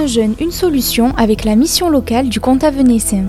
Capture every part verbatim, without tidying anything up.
Un jeune, une solution avec la mission locale du Comtat-Venessin.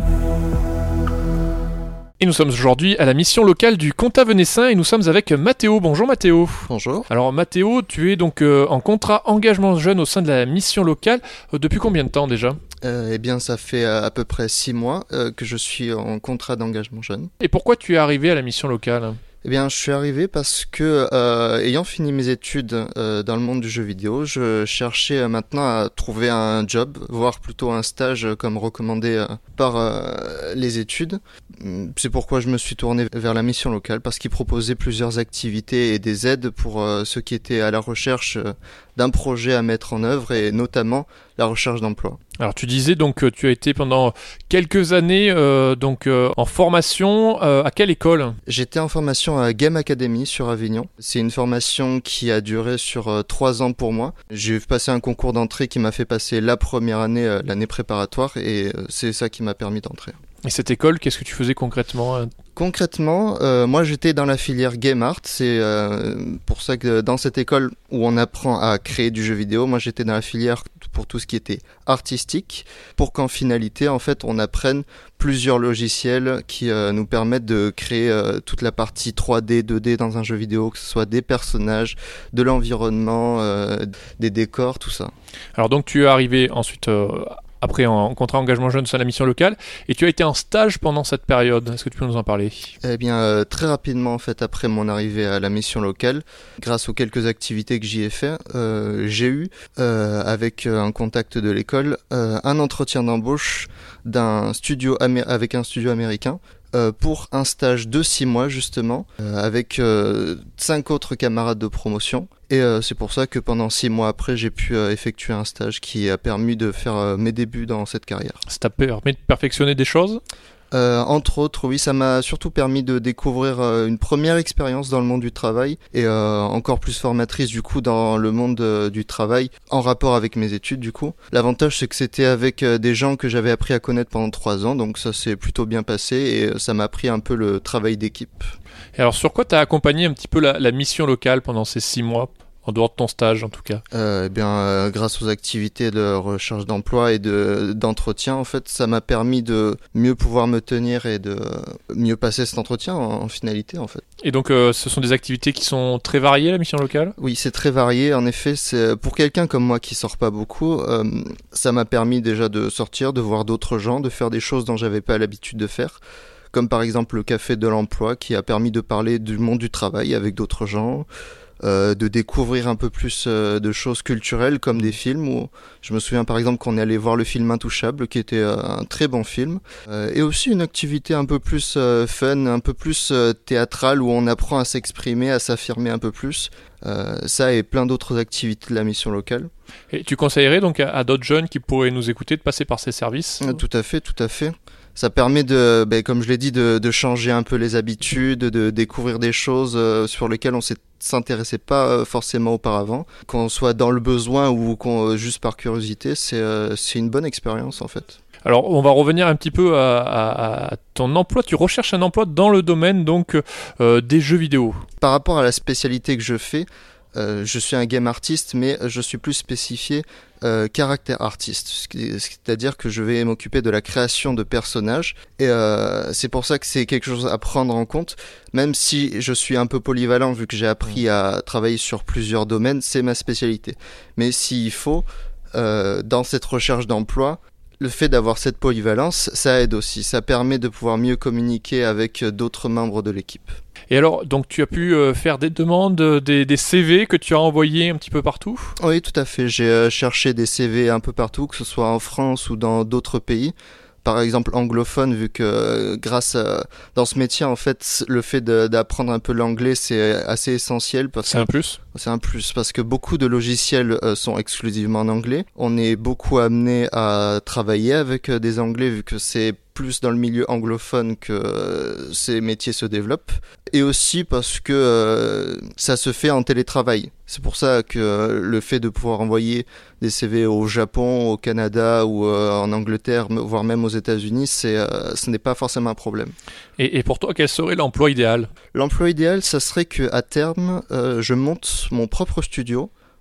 Et nous sommes aujourd'hui à la mission locale du Comtat-Venessin et nous sommes avec Mathéo. Bonjour Mathéo. Bonjour. Alors Mathéo, tu es donc euh, en contrat engagement jeune au sein de la mission locale. Euh, depuis combien de temps déjà ? euh, Eh bien, ça fait à, à peu près six mois euh, que je suis en contrat d'engagement jeune. Et pourquoi tu es arrivé à la mission locale ? Eh bien, je suis arrivé parce que, euh, ayant fini mes études euh, dans le monde du jeu vidéo, je cherchais euh, maintenant à trouver un job, voire plutôt un stage euh, comme recommandé euh, par euh, les études. C'est pourquoi je me suis tourné vers la mission locale, parce qu'ils proposaient plusieurs activités et des aides pour euh, ceux qui étaient à la recherche euh, d'un projet à mettre en œuvre, et notamment la recherche d'emploi. Alors tu disais donc que tu as été pendant quelques années euh, donc euh, en formation euh, à quelle école ? J'étais en formation à Game Academy sur Avignon. C'est une formation qui a duré sur euh, trois ans pour moi. J'ai passé un concours d'entrée qui m'a fait passer la première année, euh, l'année préparatoire, et euh, c'est ça qui m'a permis d'entrer. Et cette école, qu'est-ce que tu faisais concrètement ? Concrètement, euh, moi j'étais dans la filière Game Art. C'est euh, pour ça que dans cette école où on apprend à créer du jeu vidéo, moi j'étais dans la filière pour tout ce qui était artistique, pour qu'en finalité, en fait, on apprenne plusieurs logiciels qui euh, nous permettent de créer euh, toute la partie trois D, deux D dans un jeu vidéo, que ce soit des personnages, de l'environnement, euh, des décors, tout ça. Alors donc tu es arrivé ensuite... Euh... Après, en contrat engagement jeune sur la mission locale, et tu as été en stage pendant cette période. Est-ce que tu peux nous en parler ? Eh bien, euh, très rapidement, en fait, après mon arrivée à la mission locale, grâce aux quelques activités que j'y ai fait, euh, j'ai eu, euh, avec un contact de l'école, euh, un entretien d'embauche d'un studio amé- avec un studio américain. Euh, pour un stage de six mois justement, euh, avec euh, cinq autres camarades de promotion. Et euh, c'est pour ça que pendant six mois après, j'ai pu euh, effectuer un stage qui a permis de faire euh, mes débuts dans cette carrière. Ça t'a permis de perfectionner des choses ? Euh, entre autres, oui, ça m'a surtout permis de découvrir euh, une première expérience dans le monde du travail, et euh, encore plus formatrice du coup dans le monde euh, du travail, en rapport avec mes études du coup. L'avantage, c'est que c'était avec euh, des gens que j'avais appris à connaître pendant trois ans, donc ça s'est plutôt bien passé, et euh, ça m'a appris un peu le travail d'équipe. Et alors sur quoi t'as accompagné un petit peu la, la mission locale pendant ces six mois ? En dehors de ton stage, en tout cas. Euh, eh bien, euh, grâce aux activités de recherche d'emploi et de d'entretien, en fait, ça m'a permis de mieux pouvoir me tenir et de mieux passer cet entretien en, en finalité, en fait. Et donc, euh, ce sont des activités qui sont très variées, la mission locale ? Oui, c'est très varié. En effet, c'est pour quelqu'un comme moi qui sort pas beaucoup, euh, ça m'a permis déjà de sortir, de voir d'autres gens, de faire des choses dont j'avais pas l'habitude de faire. Comme par exemple le café de l'emploi, qui a permis de parler du monde du travail avec d'autres gens. Euh, de découvrir un peu plus euh, de choses culturelles comme des films où je me souviens par exemple qu'on est allé voir le film Intouchable qui était euh, un très bon film, euh, et aussi une activité un peu plus euh, fun, un peu plus euh, théâtrale où on apprend à s'exprimer, à s'affirmer un peu plus. Euh, ça et plein d'autres activités de la mission locale. Et tu conseillerais donc à, à d'autres jeunes qui pourraient nous écouter de passer par ces services ? euh, Tout à fait, tout à fait. Ça permet de, ben, comme je l'ai dit, de, de changer un peu les habitudes, de découvrir des choses euh, sur lesquelles on ne s'intéressait pas euh, forcément auparavant. Qu'on soit dans le besoin ou qu'on, euh, juste par curiosité, c'est, euh, c'est une bonne expérience en fait. Alors, on va revenir un petit peu à, à, à ton emploi. Tu recherches un emploi dans le domaine donc euh, des jeux vidéo. Par rapport à la spécialité que je fais, Euh, je suis un game artiste, mais je suis plus spécifié euh, character artist, c'est-à-dire que je vais m'occuper de la création de personnages, et euh, c'est pour ça que c'est quelque chose à prendre en compte, même si je suis un peu polyvalent vu que j'ai appris à travailler sur plusieurs domaines, c'est ma spécialité. Mais s'il faut, euh, dans cette recherche d'emploi, le fait d'avoir cette polyvalence, ça aide aussi, ça permet de pouvoir mieux communiquer avec d'autres membres de l'équipe. Et alors, donc tu as pu euh, faire des demandes, des, des C V que tu as envoyés un petit peu partout ? Oui, tout à fait. J'ai euh, cherché des C V un peu partout, que ce soit en France ou dans d'autres pays. Par exemple anglophone, vu que euh, grâce à, dans ce métier, en fait, le fait de, d'apprendre un peu l'anglais, c'est assez essentiel. Parce c'est un plus ? C'est un plus, parce que beaucoup de logiciels euh, sont exclusivement en anglais. On est beaucoup amené à travailler avec euh, des anglais, vu que c'est plus dans le milieu anglophone que euh, ces métiers se développent. Et aussi parce que euh, ça se fait en télétravail. C'est pour ça que euh, le fait de pouvoir envoyer des C V au Japon, au Canada ou euh, en Angleterre, voire même aux États-Unis, c'est, euh, ce n'est pas forcément un problème. Et, et pour toi, quel serait l'emploi idéal ? L'emploi idéal, ça serait qu'à terme, euh, je monte mon propre studio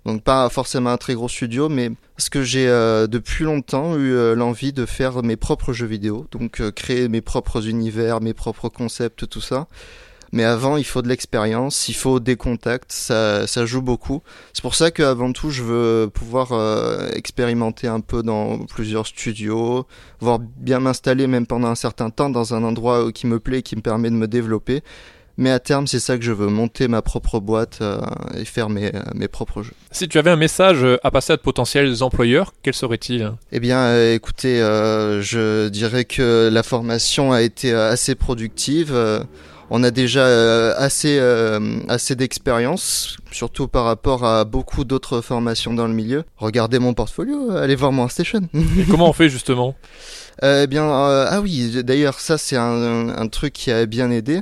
Donc pas forcément un très gros studio, mais parce que j'ai euh, depuis longtemps eu euh, l'envie de faire mes propres jeux vidéo, donc euh, créer mes propres univers, mes propres concepts, tout ça. Mais avant, il faut de l'expérience, il faut des contacts, ça, ça joue beaucoup. C'est pour ça qu'avant tout, je veux pouvoir euh, expérimenter un peu dans plusieurs studios, voire bien m'installer même pendant un certain temps dans un endroit qui me plaît, qui me permet de me développer. Mais à terme, c'est ça que je veux, monter ma propre boîte euh, et faire mes, mes propres jeux. Si tu avais un message à passer à de potentiels employeurs, quel serait-il ? Eh bien, euh, écoutez, euh, je dirais que la formation a été assez productive. Euh, on a déjà euh, assez, euh, assez d'expérience, surtout par rapport à beaucoup d'autres formations dans le milieu. Regardez mon portfolio, allez voir mon ArtStation. Et comment on fait justement ? euh, Eh bien, euh, ah oui, d'ailleurs, ça c'est un, un, un truc qui a bien aidé.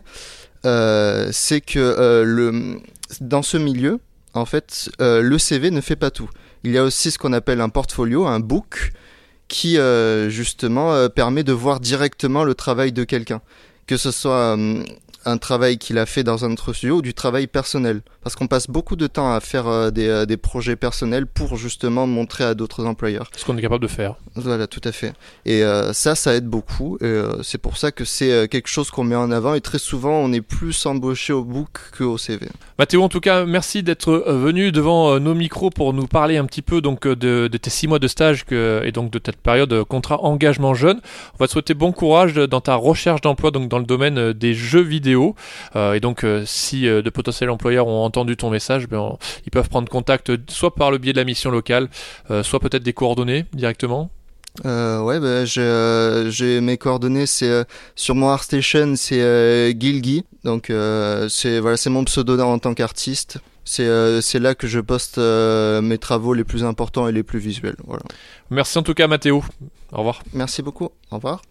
Euh, c'est que euh, le, dans ce milieu, en fait, euh, le C V ne fait pas tout. Il y a aussi ce qu'on appelle un portfolio, un book, qui euh, justement euh, permet de voir directement le travail de quelqu'un. Que ce soit euh, un travail qu'il a fait dans un autre studio ou du travail personnel. Parce qu'on passe beaucoup de temps à faire euh, des, euh, des projets personnels pour justement montrer à d'autres employeurs. Ce qu'on est capable de faire. Voilà, tout à fait. Et euh, ça, ça aide beaucoup. Et, euh, c'est pour ça que c'est euh, quelque chose qu'on met en avant. Et très souvent, on est plus embauché au book qu'au C V. Mathéo, en tout cas, merci d'être venu devant nos micros pour nous parler un petit peu donc, de, de tes six mois de stage que, et donc de cette période contrat engagement jeune. On va te souhaiter bon courage dans ta recherche d'emploi donc dans le domaine des jeux vidéo. Euh, et donc, euh, si euh, de potentiels employeurs ont entendu ton message, ben, on, ils peuvent prendre contact soit par le biais de la mission locale, euh, soit peut-être des coordonnées directement. Euh, ouais, bah, j'ai, euh, j'ai mes coordonnées, c'est euh, sur mon ArtStation, c'est euh, Gilgi. Donc, euh, c'est voilà, c'est mon pseudo en tant qu'artiste. C'est euh, c'est là que je poste euh, mes travaux les plus importants et les plus visuels. Voilà. Merci en tout cas, Mathéo. Au revoir. Merci beaucoup. Au revoir.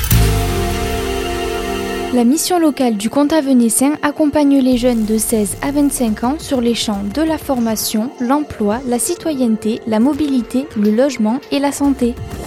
La mission locale du Comtat Venaissin accompagne les jeunes de seize à vingt-cinq ans sur les champs de la formation, l'emploi, la citoyenneté, la mobilité, le logement et la santé.